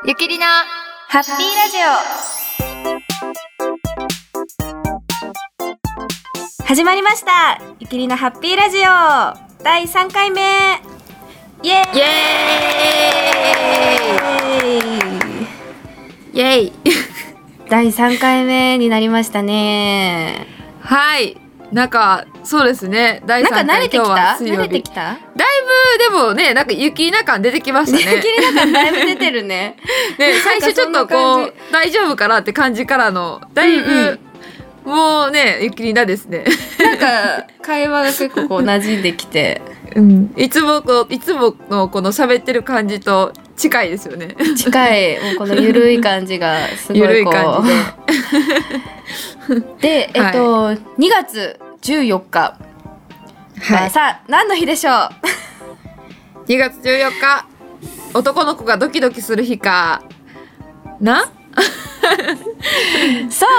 ゆきりなハッピーラジオ始まりました。ゆきりなハッピーラジオ第3回目、イエーイイエーイイエーイ第3回目になりましたね。 はい、なんかそうですね、第3回なんか慣れてきた？ 今日は水曜日。 慣れてきた？ だいぶでもね、なんかゆきりな感出てきましたね。 ゆきりな感だいぶ出てるね。 ね、最初ちょっとこう大丈夫かなって感じからのだいぶ、もうね、ゆきりなですね。 なんか会話が結構こう馴染んできて、 いつものこの喋ってる感じと近いですよね。 近い、もうこのゆるい感じがすごいこう。 ゆるい感じで。で、2月14日。 はい。 さあ、何の日でしょう 2月14日、男の子がドキドキする日かな。 そう、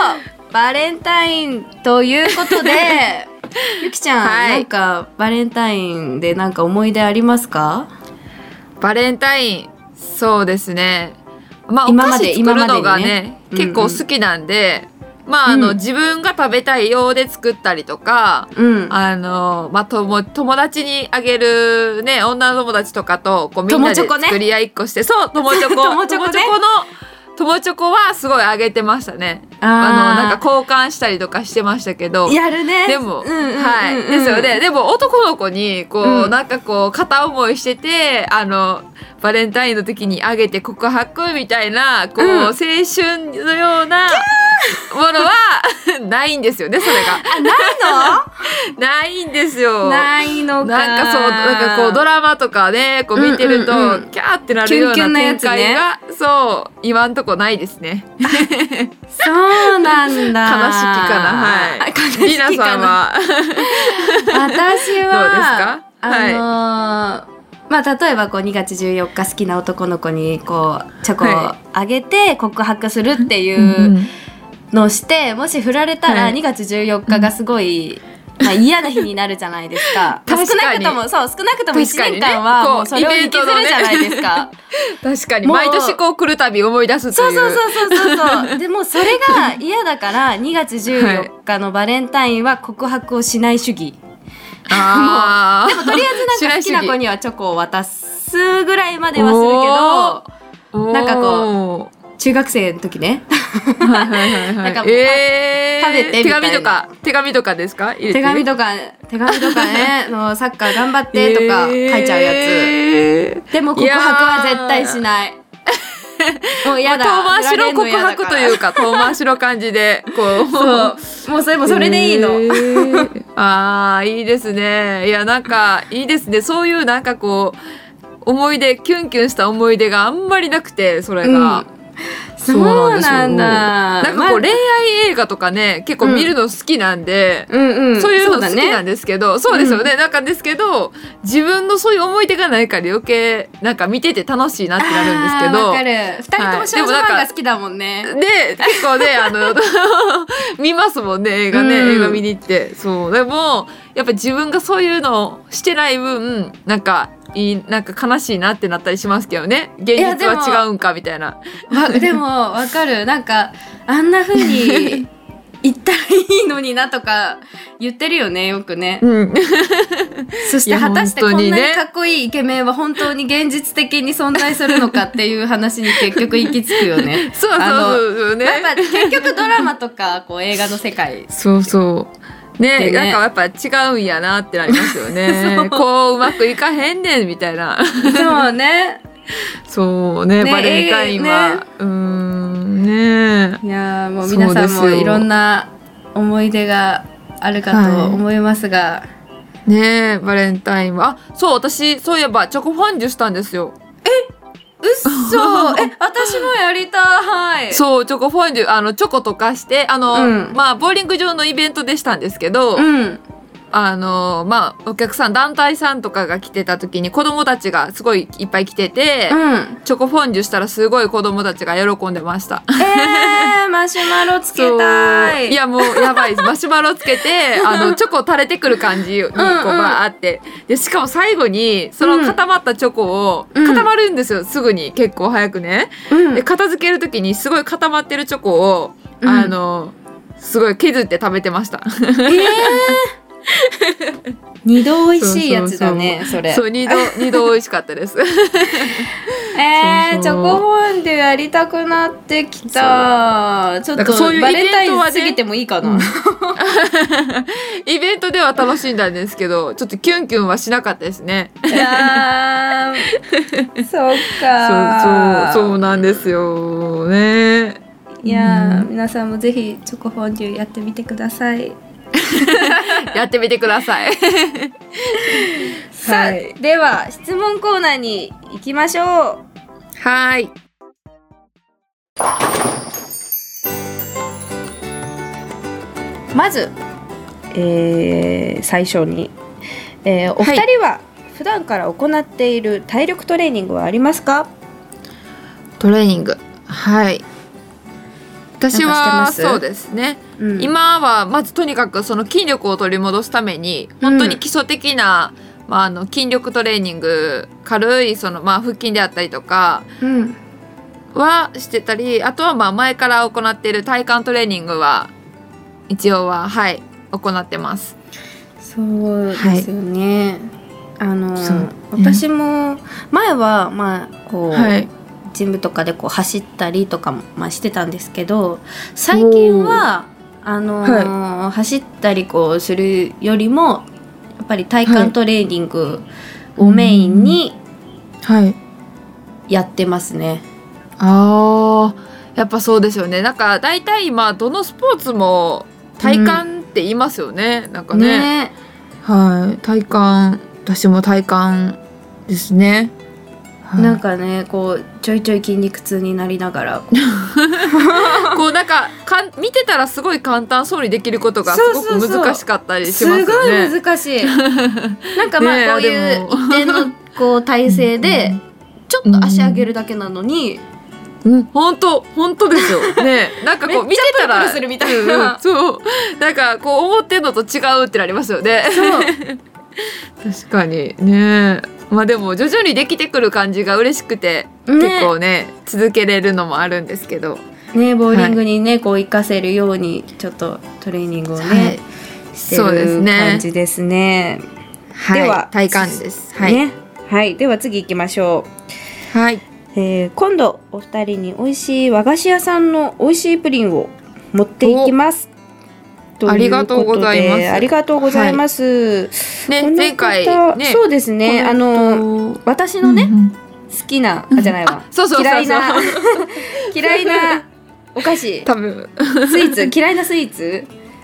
バレンタインということでゆきちゃん、なんかバレンタインでなんか思い出ありますか？ バレンタイン、そうですね、まあお菓子作るのがね、結構好きなんで、まあ自分が食べたいようで作ったりとか、まあ友達にあげるね、女の友達とかとこうみんなで作り合いっこして、そう友チョコ友チョコはすごいあげてましたね。なんか交換したりとかしてましたけど、 やるね。 でも、はい、ですよね。でも男の子にこう、なんかこう片思いしてて、バレンタインの時にあげて告白みたいなこう、青春のようなものはないんですよね、それが。 ないの？ ないんですよ。 ないのか。 なんかそう、なんかこうドラマとかね、こう見てると、キャーってなるような展開が、そう、今んとこないですね。 そうなんだ。 悲しきかな、はい。りなさんは私はどうですか？ まあ、例えばこう2月14日好きな男の子にこうチョコをあげて告白するっていうのをして、もし振られたら2月14日がすごい、まあ、嫌な日になるじゃないですか。少なくとも1年間はもうそれを引きずるじゃないですか。 確かに毎年こう来るたび思い出すという。 そうでもそれが嫌だから2月14日のバレンタインは告白をしない主義。でもとりあえずなんか好きな子にはチョコを渡すぐらいまではするけど、なんかこう中学生の時ね、なんか食べてみたいな、 手紙とかですか？ 手紙とかね、サッカー頑張ってとか書いちゃうやつ。でも告白は絶対しない。もうやだ。 遠回しの告白というか、遠回しの感じでこう、 そうもうそれでいいの。 あー、いいですね。いや、なんかいいですね。そういうなんかこう思い出、キュンキュンした思い出があんまりなくて、それが、 そうなんだ。 なんかこう恋愛映画とかね、結構見るの好きなんで、そういうの好きなんですけど、そうですよね。なんかですけど、自分のそういう思い出がないから余計なんか見てて楽しいなってなるんですけど。 わかる。2人とも少女漫画好きだもんね。 で、結構ね、見ますもんね、映画見に行って。そう。でもやっぱ自分がそういうのをしてない分、なんか悲しいなってなったりしますけどね。現実は違うんかみたいな。 でもわかる。なんかあんな風に言ったらいいのになとか言ってるよね、よくね。そして果たしてこんなにかっこいいイケメンは本当に現実的に存在するのかっていう話に結局行き着くよね。 そうね。 やっぱ結局ドラマとかこう映画の世界。 ね、なんかやっぱ違うんやなってなりますよね。こううまくいかへんねんみたいな。 そうね。 そうね、バレンタインは、ね。 いやもう皆さんもいろんな思い出があるかと思いますが、 ね、バレンタインは、そう、私そういえばチョコフォンデュしたんですよ。 うっそ私もやりたい。 そう、チョコフォンデュ、チョコ溶かして、まあボーリング場のイベントでしたんですけど、 お客さん団体さんとかが来てた時に子供たちがすごいいっぱい来てて、チョコフォンデュしたらすごい子供たちが喜んでました。 マシュマロつけたい。 いやもうやばいですマシュマロつけてチョコ垂れてくる感じにこうバーってでしかも最後にその固まったチョコを、固まるんですよすぐに結構早くね、で片付ける時にすごい固まってるチョコをすごい削って食べてました。 二度美味しいやつだね。それそう二度美味しかったです。 チョコフォンデュやりたくなってきた。ちょっとバレンタイン過ぎてもいいかな。 イベントでは楽しんだんですけどちょっとキュンキュンはしなかったですね。 そうか。 そうなんですよね。 いや皆さんもぜひチョコフォンデュやってみてください。 やってみてください。 さあ、では質問コーナーに行きましょう。 はい。 まず、最初に、お二人は普段から行っている体力トレーニングはありますか？ トレーニング、はい。私はそうですね、今はまずとにかくその筋力を取り戻すために本当に基礎的な、筋力トレーニング軽い腹筋であったりとかはしてたり、あとは前から行っている体幹トレーニングは一応は行ってます。 そうですよね、私も前はこう、ジムとかでこう走ったりとかもしてたんですけど、最近は走ったりこうするよりもやっぱり体幹トレーニングをメインにやってますね。 やっぱそうですよね。なんかだいたい今どのスポーツも体幹って言いますよね、なんかね。体幹、私も体幹ですね。 なんかねこうちょいちょい筋肉痛になりながらこうなんか見てたらすごい簡単そうにできることがすごく難しかったりしますよね。 すごい難しい。なんかこういう一定のこう体勢でちょっと足上げるだけなのに、 本当ですよね。なんかこう見てたらプルプルするみたいな、 そうなんかこう思ってんのと違うってなりますよね。確かにね。でも徐々にできてくる感じが嬉しくて、結構ね続けれるのもあるんですけどね、ボーリングにね、こう活かせるようにちょっとトレーニングをね、してる感じですね。では体幹です。 では次行きましょう。今度お二人に美味しい和菓子屋さんの美味しいプリンを持っていきます。 ありがとうございます。 ありがとうございます。 前回ね、 そうですね。私のね、好きなじゃないわ。嫌いなお菓子、 多分スイーツ、嫌いなスイーツ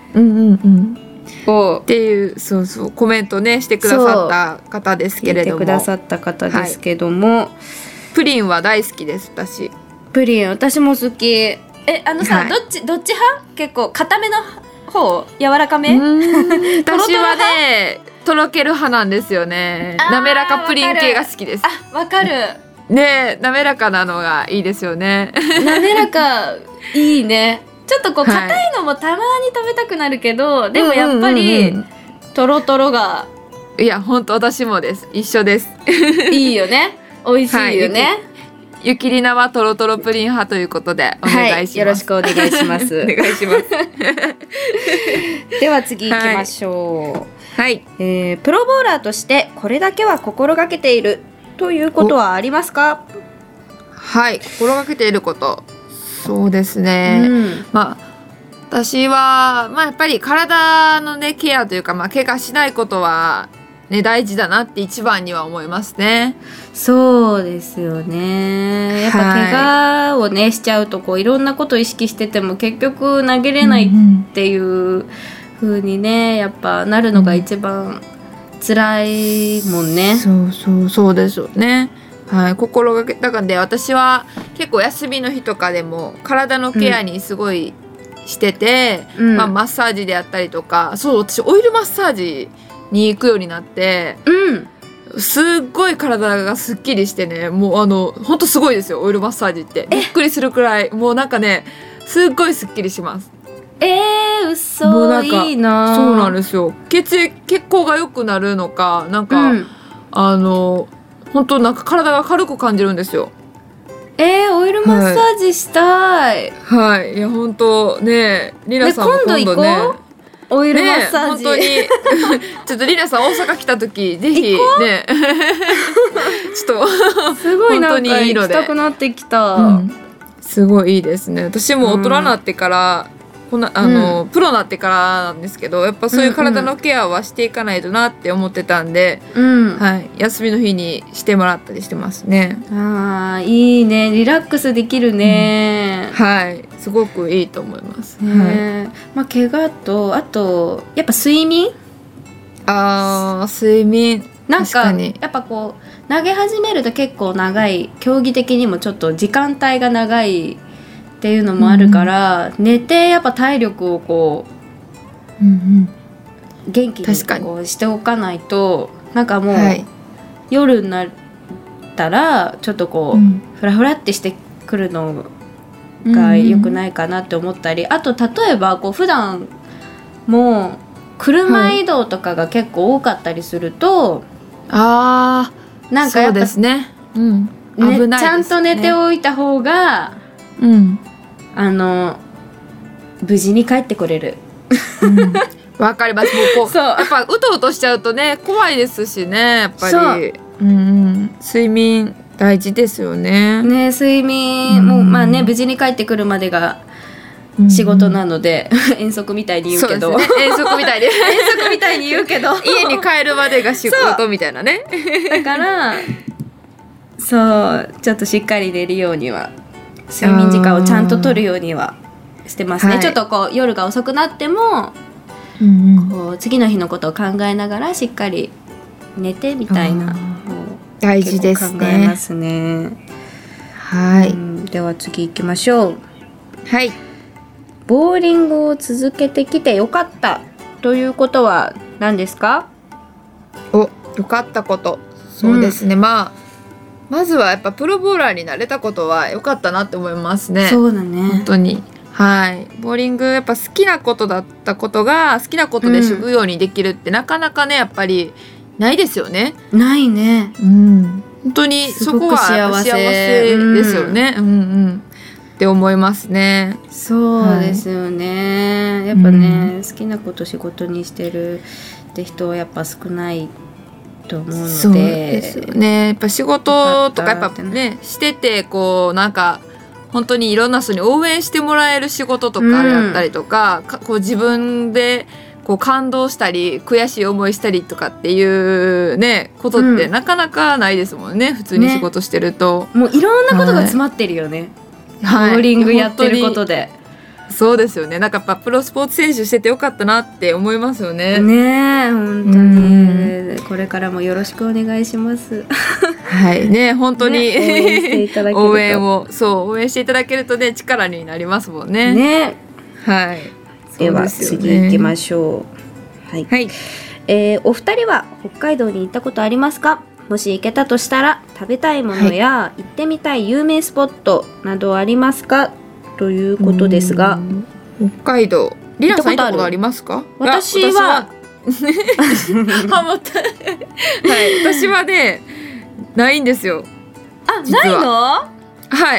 っていうコメントねしてくださった方ですけれども、 くださった方ですけども、 プリンは大好きです。 プリン私も好き。どっち派？結構固めの方？柔らかめ？ 私はねとろける派なんですよね。滑らかプリン系が好きです。 わかるね。滑らかなのがいいですよね。 滑らかいいね。ちょっとこう硬いのもたまに食べたくなるけど、でもやっぱりとろとろが、 いや本当私もです。一緒です。 いいよね。美味しいよね。 ゆきりなはトロトロプリン派ということでお願いします。 よろしくお願いします。 お願いします。 では次行きましょう。 プロボウラーとしてこれだけは心がけているということはありますか？ 心がけていること、そうですね。私はやっぱり体のねケアというか怪我しないことはね大事だなって一番には思いますね。 そうですよね。やっぱ怪我をねしちゃうとこういろんなことを意識してても結局投げれないっていう風にねやっぱなるのが一番辛いもんね。 そうですよね。心がけだからで私は結構休みの日とかでも体のケアにすごいしてて、マッサージであったりとか、そう私オイルマッサージに行くようになって、すっごい体がすっきりしてね、もうほんとすごいですよ、オイルマッサージって。びっくりするくらい、もうなんかねすっごいすっきりします。 嘘。もうなんかいいな。 そうなんですよ。血行が良くなるのか、なんか、本当なんか体が軽く感じるんですよ。 オイルマッサージしたい。 はい、いや本当ね、リナさんも今度ね、 オイルマッサージ、 本当にちょっとリナさん大阪来た時ぜひねちょっとすごいなんか行きたくなってきた。 すごいいいですね。私も大人になってから、プロになってからなんですけど、やっぱそういう体のケアはしていかないとなって思ってたんで、はい、休みの日にしてもらったりしてますね。 いいね、リラックスできるね。 はい、すごくいいと思います。 怪我とあとやっぱ睡眠。 睡眠なんかやっぱこう投げ始めると結構長い、競技的にもちょっと時間帯が長いっていうのもあるから、寝てやっぱ体力をこう、元気にこうしておかないと、なんかもう、夜になったらちょっとこう、フラフラってしてくるのが良くないかなって思ったり、あと例えばこう普段も車移動とかが結構多かったりすると、なんかやっぱですね、 危ないですね。ちゃんと寝ておいた方が、無事に帰ってこれる。 わかります。もうやっぱうとうとしちゃうとね怖いですしね、やっぱり。睡眠大事ですよね。 睡眠もまあね、無事に帰ってくるまでが仕事なので、遠足みたいに言うけど、 遠足みたいに遠足みたいに言うけど家に帰るまでが仕事みたいなね。 だからそうちょっとしっかり寝るようには、睡眠時間をちゃんと取るようにはしてますね。ちょっとこう夜が遅くなっても、こう次の日のことを考えながらしっかり寝てみたいな、 大事ですね。 考えますね。 はい、 では次行きましょう。 はい。 ボーリングを続けてきてよかったということは何ですか？ よかったこと、そうですね、まずはやっぱプロボーラーになれたことは良かったなって思いますね。 そうだね、 本当に。はい、ボーリングやっぱ好きなことだったことが好きなことで職業にできるってなかなかねやっぱりないですよね。 ないね。 本当にそこは幸せですよね。って思いますね。 そうですよね。やっぱね、好きなこと仕事にしてるって人はやっぱ少ないと思うので。 そうですよね。やっぱ仕事とかやっぱねしててこうなんか本当にいろんな人に応援してもらえる仕事とかやったりとか、こう自分でこう感動したり悔しい思いしたりとかっていうねことってなかなかないですもんね、普通に仕事してると。 もういろんなことが詰まってるよね。ボーリングやってることで。 そうですよね。なんかやっぱプロスポーツ選手しててよかったなって思いますよね。 本当に、これからもよろしくお願いします。 はいね、本当に、 応援していただけると応援していただけるとね力になりますもんね。はい。 では次行きましょう。はい。お二人は北海道に行ったことありますか？もし行けたとしたら食べたいものや行ってみたい有名スポットなどありますか？ということですが、 北海道リナさん行ったことありますか？ 私はハモった。はい、私はねないんですよ。 ないの？ はい、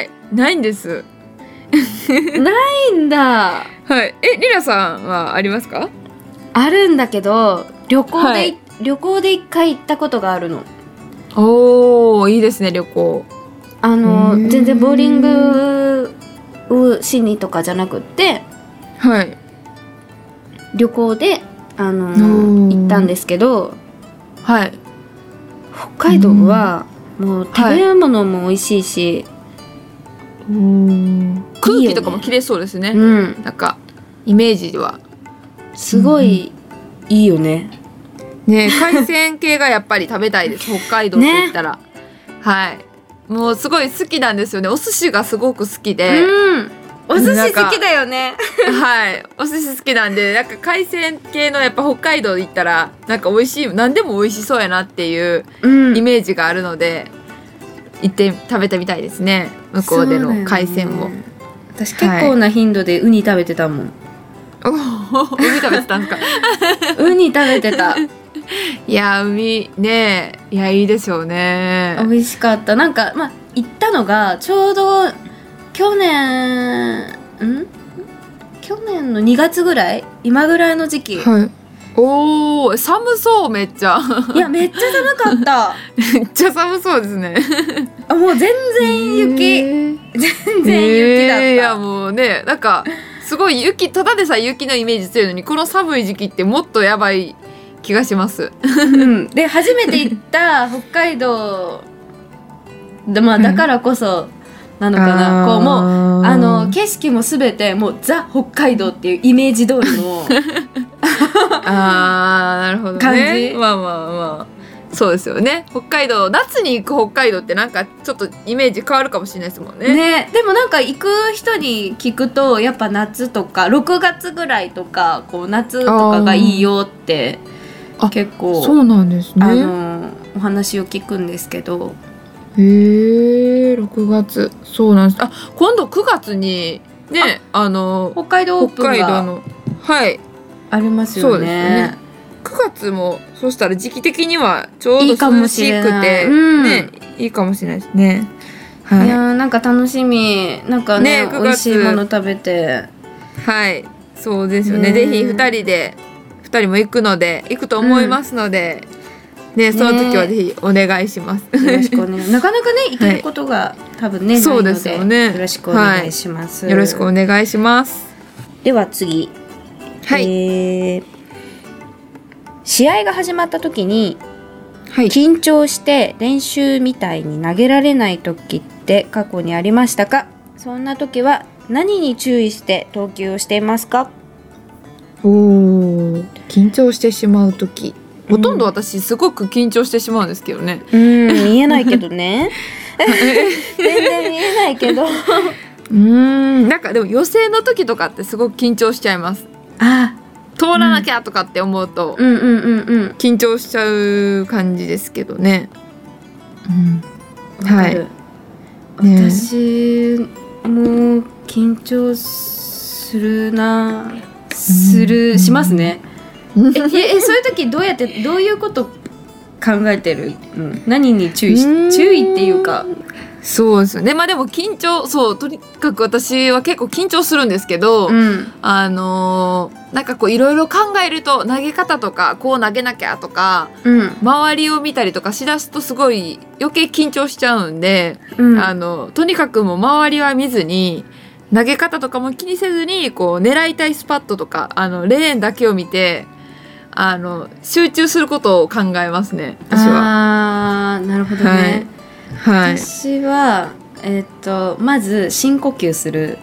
ないんです。 ないんだ。 はい、リナさんはありますか？ あるんだけど旅行で一回行ったことがあるの。 いいですね、旅行。 全然ボーリングをしにとかじゃなくって、旅行で行ったんですけど、北海道はもう食べ物も美味しいし、 空気とかも綺麗そうですね。なんかイメージはすごいいいよね。 海鮮系がやっぱり食べたいです。北海道って言ったら、もうすごい好きなんですよね。お寿司がすごく好きで、 おお寿司好きだよねはい、お寿司好きなんで、なんか海鮮系のやっぱ北海道行ったらなんか美味しい、何でも美味しそうやなっていうイメージがあるので、行って食べてみたいですね、向こうでの海鮮も。 私結構な頻度でウニ食べてたもん。 ウニ食べてたんですかウニ食べてたいや海ね、いやいいでしょうね。 美味しかった。なんかまあ行ったのがちょうど去年の2月ぐらい、今ぐらいの時期。 はい。おー、寒そう、めっちゃ。 いやめっちゃ寒かっためっちゃ寒そうですね。 もう全然雪、全然雪だった。 いやもうね、なんかすごい雪、ただでさえ雪のイメージ強いのに、この寒い時期ってもっとやばい気がします。 で初めて行った北海道で、まあだからこそなのかな、こうもう景色もすべてもうザ北海道っていうイメージ通りのなるほどね、 感じ。 まあまあまあそうですよね。北海道、夏に行く北海道ってなんかちょっとイメージ変わるかもしれないですもんね。 ね、でもなんか行く人に聞くとやっぱ夏とか6月ぐらいとかこう夏とかがいいよって結構そうなんですね。 お話を聞くんですけど。 へえ、6月、そうなんです。あ、今度9月にね、 北海道オープンが北海道の、はい、 ありますよね。 そうですよね。9月もそしたら時期的にはちょうど涼しくていいかもしれない、 ね、いいかもしれないですね。はい、 いやなんか楽しみ。なんかね美味しいもの食べて。 はい、そうですよね。ぜひ2人も行くと思いますので、ね、その時はぜひお願いします。 よろしくお願い。なかなかね行けることが、多分ねそうですよね。 よろしくお願いします。 よろしくお願いします。 では次、はい、試合が始まった時に、はい、緊張して練習みたいに投げられない時って過去にありましたか？そんな時は何に注意して投球をしていますか？ 緊張してしまう時、ほとんど私すごく緊張してしまうんですけどね。 見えないけどね全然見えないけどなんかでも予選の時とかってすごく緊張しちゃいます。通らなきゃとかって思うと緊張しちゃう感じですけどね。はい、 私も緊張するな、しますね。そういう時どういうこと考えてる？何に注意っていうか。 そうですよね。まあでも緊張、そうとにかく私は結構緊張するんですけど、なんかこういろいろ考えると、投げ方とかこう投げなきゃとか、周りを見たりとかしだすとすごい余計緊張しちゃうんで、とにかくもう周りは見ずに、投げ方とかも気にせずにこう狙いたいスパットとかレーンだけを見て集中することを考えますね、私は。 なるほどね。 はい、 私はまず深呼吸する。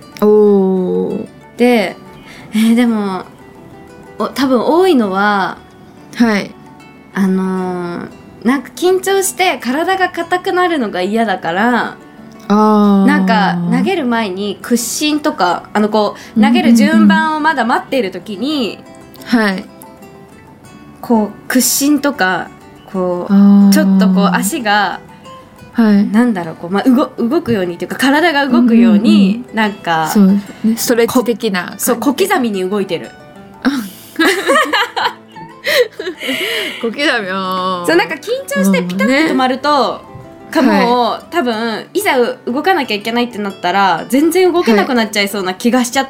で、でも多分多いのは、はい、なんか緊張して体が硬くなるのが嫌だから、なんか投げる前に屈伸とかこう投げる順番をまだ待っている時に、こう屈伸とかこうちょっとこう足がなんだろう、こう、動くようにっていうか体が動くように、なんかそうですね、ストレッチ的な感じ。 そう小刻みに動いてる小刻み。 そうなんか緊張してピタッと止まると、もう多分いざ動かなきゃいけないってなったら全然動けなくなっちゃいそうな気がしちゃって、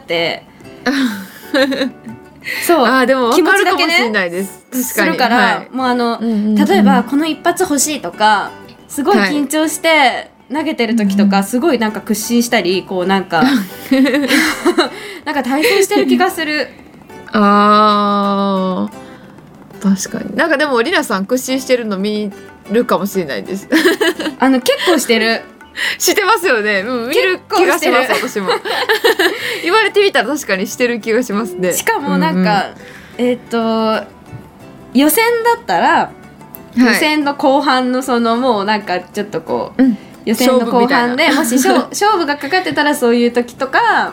そうでも分かるかもしれないです。確かにするから、もう例えばこの一発欲しいとか、すごい緊張して投げてる時とか、すごいなんか屈伸したり、こうなんかなんか体操してる気がする。 確かに。なんかでもりなさん屈伸してるの見るかもしれないです。 結構してる。 してますよね。見る気がします、私も。言われてみたら確かにしてる気がしますね。 しかもなんか、予選だったら、予選の後半のもうなんかちょっとこう、 予選の後半でもし勝負がかかってたらそういう時とか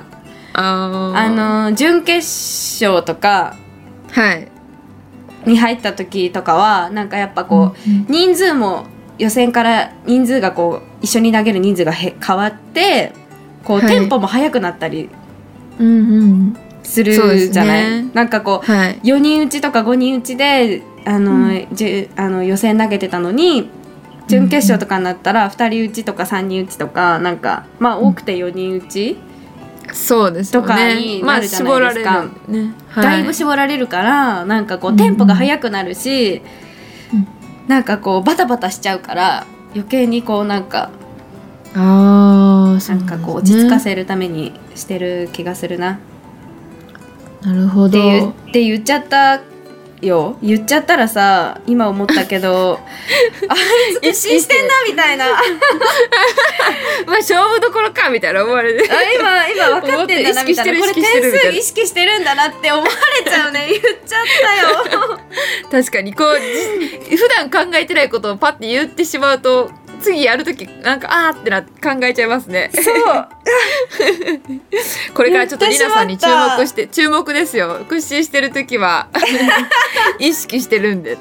準決勝とかに入った時とかはなんかやっぱこう、人数も予選から人数がこう一緒に投げる人数が変わってこう、テンポも速くなったりするじゃない、なんかこう、4人打ちとか5人打ちで予選投げてたのに準決勝とかになったら2人打ちとか3人打ちとかなんかまあ多くて4人打ち、 そうですよね、 とかになるじゃないですか、だいぶ絞られるからなんかこうテンポが速くなるし、なんかこうバタバタしちゃうから余計にこうなんかなんかこう落ち着かせるためにしてる気がするな。 なるほどって言っちゃったよ。言っちゃったらさ今思ったけどあいつ屈伸してんなみたいなまあ勝負どころかみたいな思われる今分かってんだなみたいな、これ点数意識してるんだなって思われちゃうね言っちゃったよ確かにこう普段考えてないことをパッて言ってしまうと次やるときなんかって考えちゃいますね。 そうこれからちょっとりなさんに注目ですよ。屈伸してるときは意識してるんで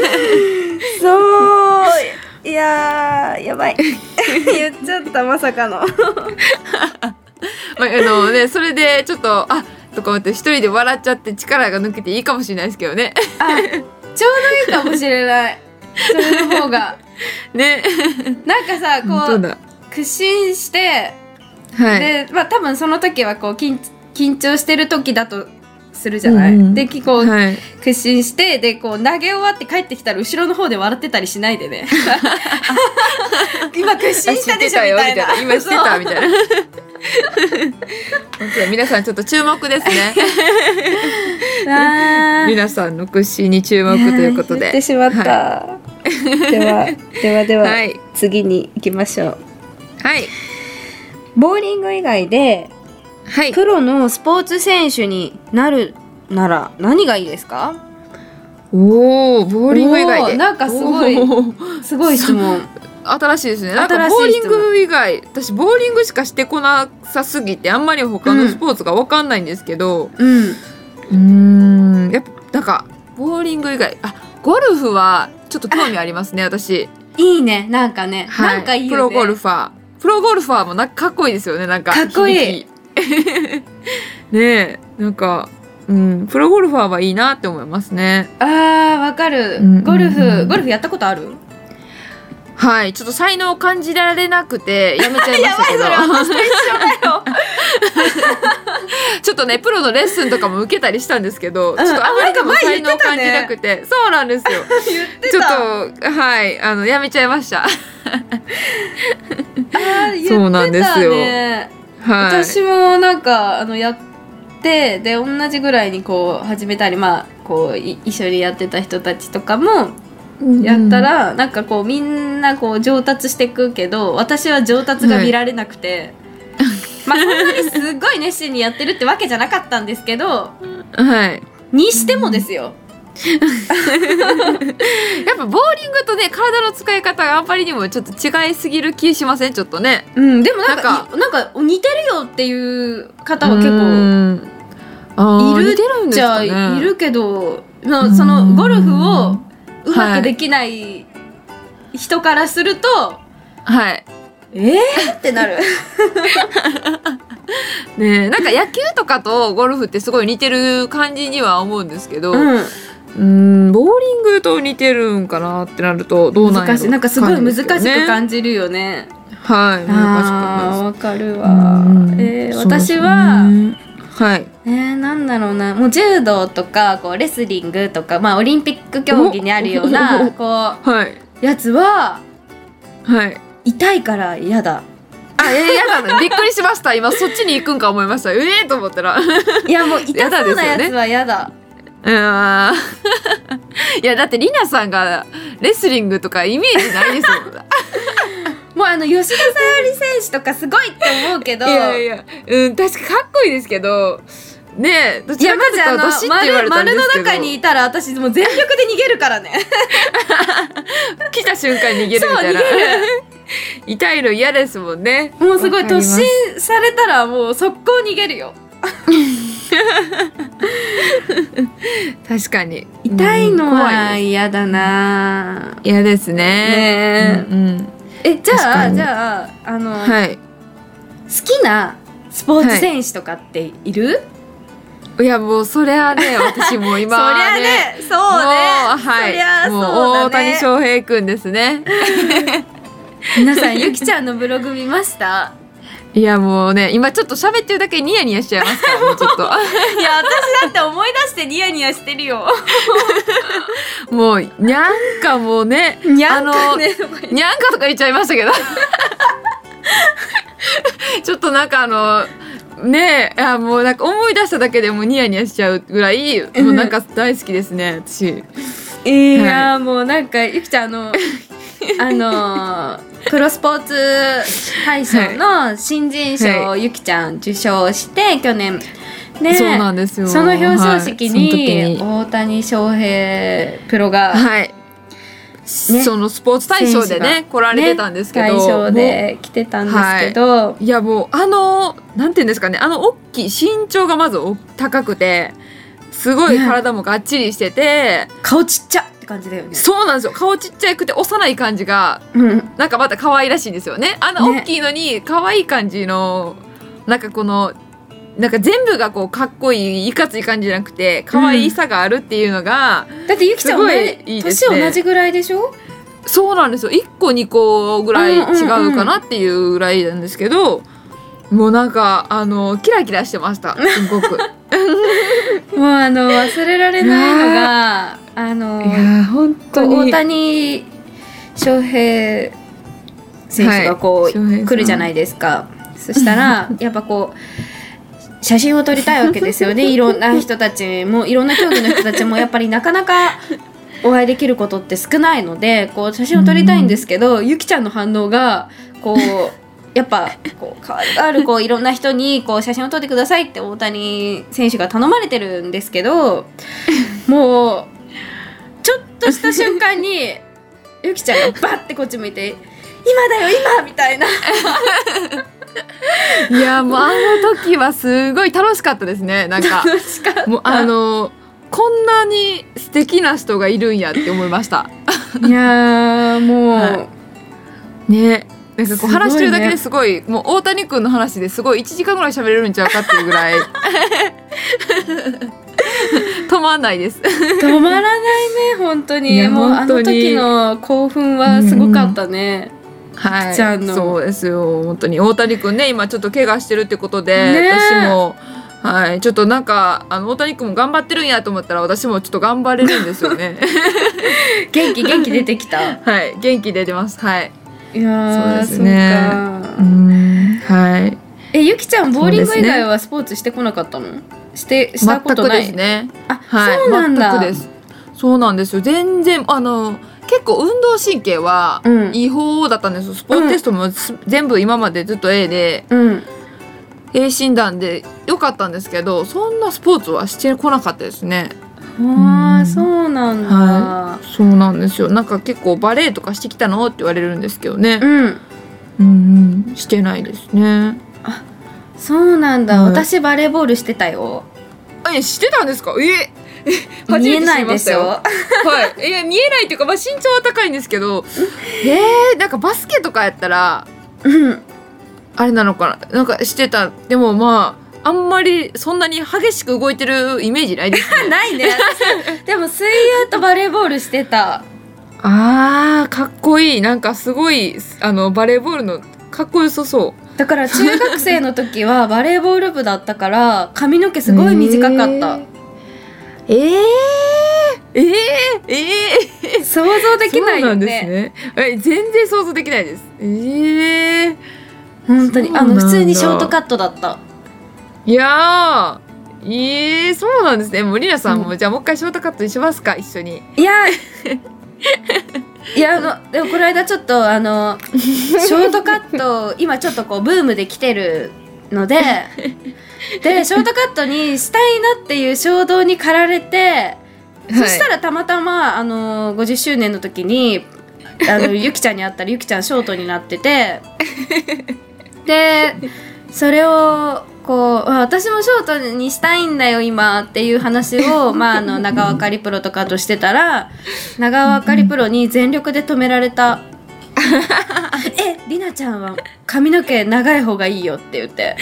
そういややばい言っちゃったまさかのね、それでちょっととか思って一人で笑っちゃって力が抜けていいかもしれないですけどね。 ちょうどいいかもしれないそれの方がね、 なんかさこう屈伸して、でまあ多分その時はこう緊張してる時だとするじゃない、でこう、屈伸してでこう投げ終わって帰ってきたら後ろの方で笑ってたりしないでね今屈伸したでしょみたいな今してたみたいな皆さんちょっと注目ですね皆さんの屈伸に注目ということで言ってしまった、では、次に行きましょう。ボーリング以外で、プロのスポーツ選手になるなら何がいいですか？ ボーリング以外でなんかすごい質問新しいですね。なんかボーリング以外私ボーリングしかしてこなさすぎてあんまり他のスポーツが分かんないんですけど、やっぱなんかボーリング以外ゴルフはちょっと興味ありますね私。 いいねなんかね、なんかいいよね。プロゴルファーもなんかかっこいいですよね。なんかかっこいいねなんか、プロゴルファーはいいなって思いますね。 わかる、ゴルフやったことある？ はい、ちょっと才能を感じられなくてやめちゃいましたけどやばいそれ私と一緒だよちょっとねプロのレッスンとかも受けたりしたんですけど、ちょっとあまりにも才能を感じなくて、そうなんですよちょっとやめちゃいましたそうなんですよ、 私もなんかやってで同じぐらいにこう始めたりこう一緒にやってた人たちとかもやったら、なんかこうみんなこう上達していくけど私は上達が見られなくて、そんなにすごい熱心にやってるってわけじゃなかったんですけど、にしてもですよやっぱボーリングとね体の使い方があんまりにもちょっと違いすぎる気しません？ちょっとね、 でもなんか似てるよっていう方は結構いるっちゃいるけど、そのゴルフをうまくできない人からすると、ってなるね、なんか野球とかとゴルフってすごい似てる感じには思うんですけど、ボーリングと似てるんかなってなるとどうなんやろ、 難しい、なんかすごい難しく感じるよね。 難しかわかるわ。私はなんだろうな、もう柔道とかこうレスリングとか、オリンピック競技にあるようなこう、やつは、痛いから嫌だ。 嫌だね。びっくりしました。今そっちに行くんか思いました。と思ったらいやもう痛そうなやつは嫌だ。 いやだってりなさんがレスリングとかイメージないですもんもう吉田沙保里選手とかすごいって思うけど、 確かかっこいいいですけどね、どちらかというとどしって言われたんですけど、 丸の中にいたら私もう全力で逃げるからね来た瞬間逃げるみたいな。 痛いの嫌ですもんね。 もうすごい突進されたらもう速攻逃げるよ。 確かに痛いのは嫌だな。 嫌ですね。 じゃあはい、好きなスポーツ選手とかっている？ いやもうそれはね、私も今はねそうね、はい、 もう大谷翔平くんですね。 皆さんゆきちゃんのブログ見ました？ いやもうね、今ちょっかってるだけニヤニヤしちゃいますからね、ちょっと。いや私だって思い出してニヤニヤしてるよ。 もうにゃんかもうね、 にゃんかね、 にゃんかとか言っちゃいましたけど。ちょっとなんかねえ、もうなんか思い出しただけでもニヤニヤしちゃうぐらい、もうなんか大好きですね、私。 いや、もうなんかゆきちゃんプロスポーツ大賞の新人賞をゆきちゃん受賞して去年ね、 そうなんですよ。 その表彰式に大谷翔平プロが、 そのスポーツ大賞でね来られてたんですけど、 大賞で来てたんですけど、 いやもうなんていうんですかね、大きい身長がまず高くて、すごい体もがっちりしてて、 顔ちっちゃって感じだよね。 そうなんですよ。顔ちっちゃくて幼い感じが、なんかまた可愛らしいんですよね。大きいのに可愛い感じの、なんかこのなんか全部がこうかっこいいいかつい感じじゃなくて可愛さがあるっていうのが、 だってゆきちゃんも年同じぐらいでしょ？ そうなんですよ。1個2個ぐらい違うかなっていうぐらいなんですけど、もうなんかキラキラしてました、すごく。 もう忘れられないのがいや本当に大谷翔平選手がこう、来るじゃないですか。そしたらやっぱこう写真を撮りたいわけですよね。いろんな人たちも、いろんな競技の人たちもやっぱりなかなかお会いできることって少ないので、こう写真を撮りたいんですけど、ゆきちゃんの反応がこうやっぱこう可愛があるこういろんな人にこう写真を撮ってくださいって大谷選手が頼まれてるんですけど、もうちょっとした瞬間にゆきちゃんがバッてこっち向いて、今だよ今みたいな。 いやもう時はすごい楽しかったですね。なんか楽しかった。 もうこんなに素敵な人がいるんやって思いました。 いやもう、 ね、なんかこう話してるだけですごい、もう大谷君の話ですごい1時間ぐらい喋れるんちゃうかっていうぐらい止まんないです。 止まらないね本当に。もう時の興奮はすごかったね。 はい、そうですよ。本当に大谷君ね、今ちょっと怪我してるってことで、私もはい、ちょっとなんか大谷君も頑張ってるんやと思ったら、私もちょっと頑張れるんですよね。 元気出てきた。 はい、元気出てます。はい。 いやそうですね。はい。 ゆきちゃんボーリング以外はスポーツしてこなかったの？したことない？ 全くですね。 はい、そうなんだ。 全くです。そうなんですよ。全然結構運動神経は違法だったんですよ。スポーツテストも全部今までずっと A で、A 診断でよかったんですけど、そんなスポーツはしてこなかったですね。 そうなんだ。 はい、そうなんですよ。なんか結構バレエとかしてきたのって言われるんですけどね。してないですね。 あ、そうなんだ。私バレーボールしてたよ。 してたんですか？ 見えないでしょ。 はい。見えないっていうか、身長は高いんですけど、なんかバスケとかやったら、あれなのかな、なんかしてた。でもあんまりそんなに激しく動いてるイメージないですね。 ないね。でも水泳とバレーボールしてた。 かっこいい。なんかすごいバレーボールのかっこよさそう。 だから中学生の時はバレーボール部だったから髪の毛すごい短かった。想像できないよね。そうなんですね。 全然想像できないです。 本当に普通にショートカットだった。 いやそうなんですね。もうりなさんも、じゃあもう一回ショートカットにしますか、一緒に。 いやでもこの間ちょっとショートカット今ちょっとこうブームで来てるのでショートカットにしたいなっていう衝動に駆られて、そしたらたまたま50周年の時にゆきちゃんに会ったらゆきちゃんショートになっててでそれをこう私もショートにしたいんだよ今っていう話を、長分かりプロとかとしてたら長分かりプロに全力で止められたりなちゃんは髪の毛長い方がいいよって言って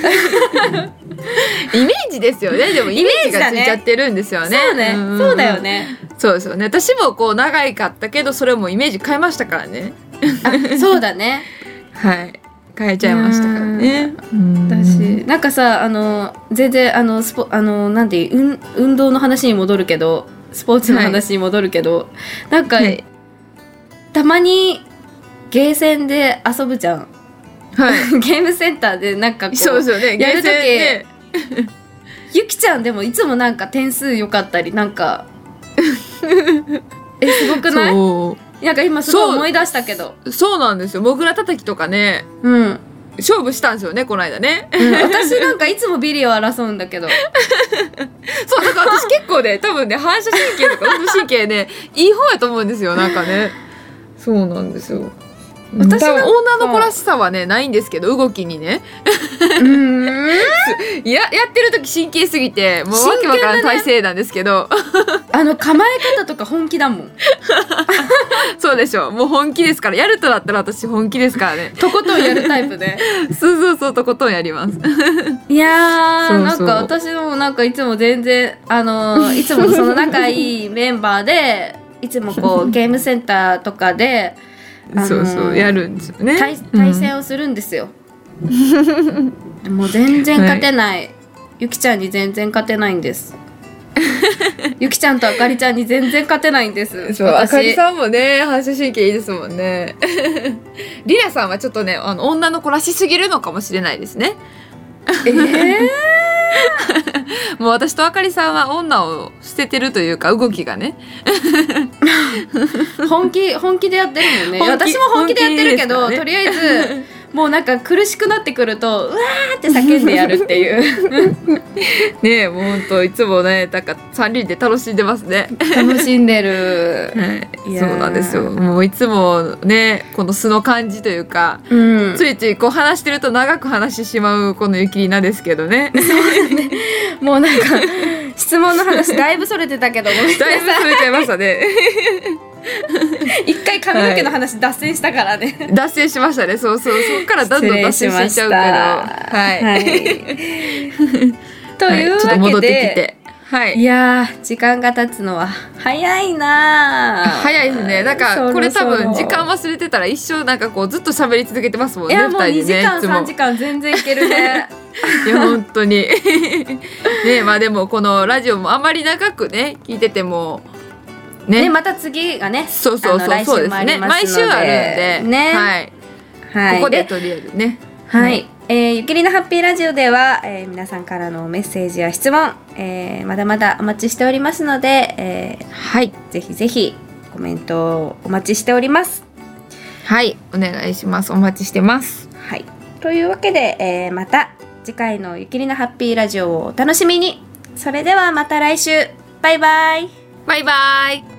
イメージですよね。でもイメージがついちゃってるんですよね。 そうね、そうだよね。 そうですよね。私もこう長いかったけどそれもイメージ変えましたからね。 そうだねはい変えちゃいましたからね。 私なんかさ全然なんて運動の話に戻るけどスポーツの話に戻るけど、なんか、たまにゲーセンで遊ぶじゃん、ゲームセンターでなんかこうそうですよね、 やるとき、ゆきちゃんでもいつもなんか点数良かったりなんかすごくない？なんか今すごい思い出したけど。 そうなんですよ。モグラ叩きとかね、勝負したんですよねこの間ね、 私なんかいつもビリを争うんだけどそうだから私結構ね多分ね反射神経とか運動神経ねいい方やと思うんですよなんかね。そうなんですよ。私は女の子らしさはねないんですけど動きにねやってる時神経すぎてもうわけわからん体勢なんですけど構え方とか本気だもんそうでしょう。もう本気ですからやるとなったら私本気ですからねとことんやるタイプでそうとことんやりますいやーなんか私もなんかいつも全然いつもその仲いいメンバーでいつもこうゲームセンターとかでそうやるんですよね。 対戦をするんですよ、もう全然勝てない、ゆきちゃんに全然勝てないんですゆきちゃんとあかりちゃんに全然勝てないんです。 そうあかりさんもね反射神経いいですもんねりなさんはちょっとね女の子らしすぎるのかもしれないですねもう私とあかりさんは女を捨ててるというか動きがね本気でやってるもんね。私も本気でやってるけど、とりあえずもうなんか苦しくなってくるとうわーって叫んでやるっていうねえもうほんといつもねなんか3人で楽しんでますね。 楽しんでる、 そうなんですよ。もういつもねこの素の感じというか、ついついこう話してると長く話してしまうこのゆきりなですけどねもうなんか質問の話だいぶそれてたけどごめんなさい。 だいぶそれちゃいましたね一回髪の毛の話脱線したからね、 脱線しましたね。そっからどんどん脱線しちゃうけどというわけで、 ちょっと戻ってきて、 いや時間が経つのは早いな。 早いですね。なんかこれ多分時間忘れてたら一生なんかこうずっと喋り続けてますもんね。 いやもう2時間 2人でね 3時間全然いけるねいや本当にねまあでもこのラジオもあまり長くね聞いててもねまた次がねそうそうですね毎週あるんでね、ここでとりあえずねゆきりのハッピーラジオでは、皆さんからのメッセージや質問、まだまだお待ちしておりますので、ぜひぜひコメントをお待ちしております。 お願いします。お待ちしてます。 というわけで、また次回のゆきりのハッピーラジオをお楽しみに。それではまた来週。バイバイ。 バイバイ。